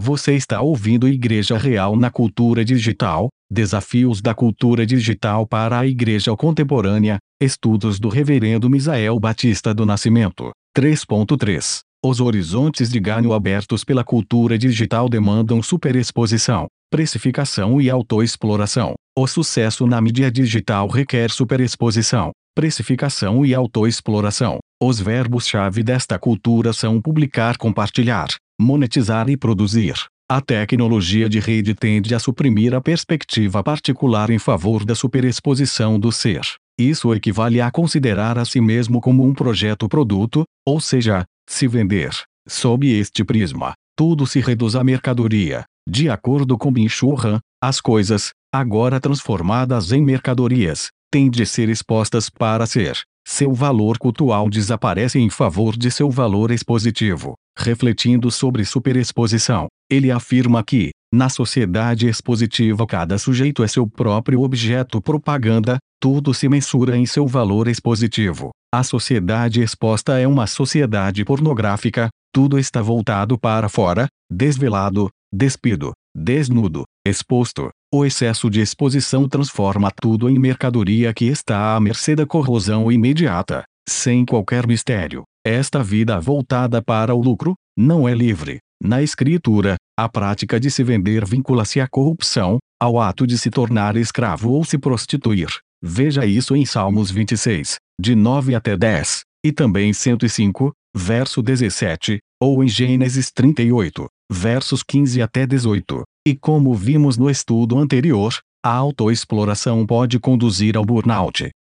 Você está ouvindo Igreja Real na Cultura Digital, Desafios da Cultura Digital para a Igreja Contemporânea, estudos do Reverendo Misael Batista do Nascimento, 3.3. Os horizontes de ganho abertos pela cultura digital demandam superexposição, precificação e autoexploração. O sucesso na mídia digital requer superexposição, precificação e autoexploração. Os verbos-chave desta cultura são publicar, compartilhar, monetizar e produzir. A tecnologia de rede tende a suprimir a perspectiva particular em favor da superexposição do ser. Isso equivale a considerar a si mesmo como um projeto-produto, ou seja, se vender. Sob este prisma, tudo se reduz à mercadoria. De acordo com Ben-Shahar Han, as coisas, agora transformadas em mercadorias, têm de ser expostas para ser. Seu valor cultual desaparece em favor de seu valor expositivo. Refletindo sobre superexposição, ele afirma que, na sociedade expositiva, cada sujeito é seu próprio objeto propaganda, tudo se mensura em seu valor expositivo. A sociedade exposta é uma sociedade pornográfica, tudo está voltado para fora, desvelado, despido, desnudo, exposto. O excesso de exposição transforma tudo em mercadoria que está à mercê da corrosão imediata, sem qualquer mistério. Esta vida voltada para o lucro, não é livre. Na Escritura, a prática de se vender vincula-se à corrupção, ao ato de se tornar escravo ou se prostituir. Veja isso em Salmos 26, de 9 até 10, e também 105, verso 17, ou em Gênesis 38, versos 15 até 18. E como vimos no estudo anterior, a autoexploração pode conduzir ao burnout.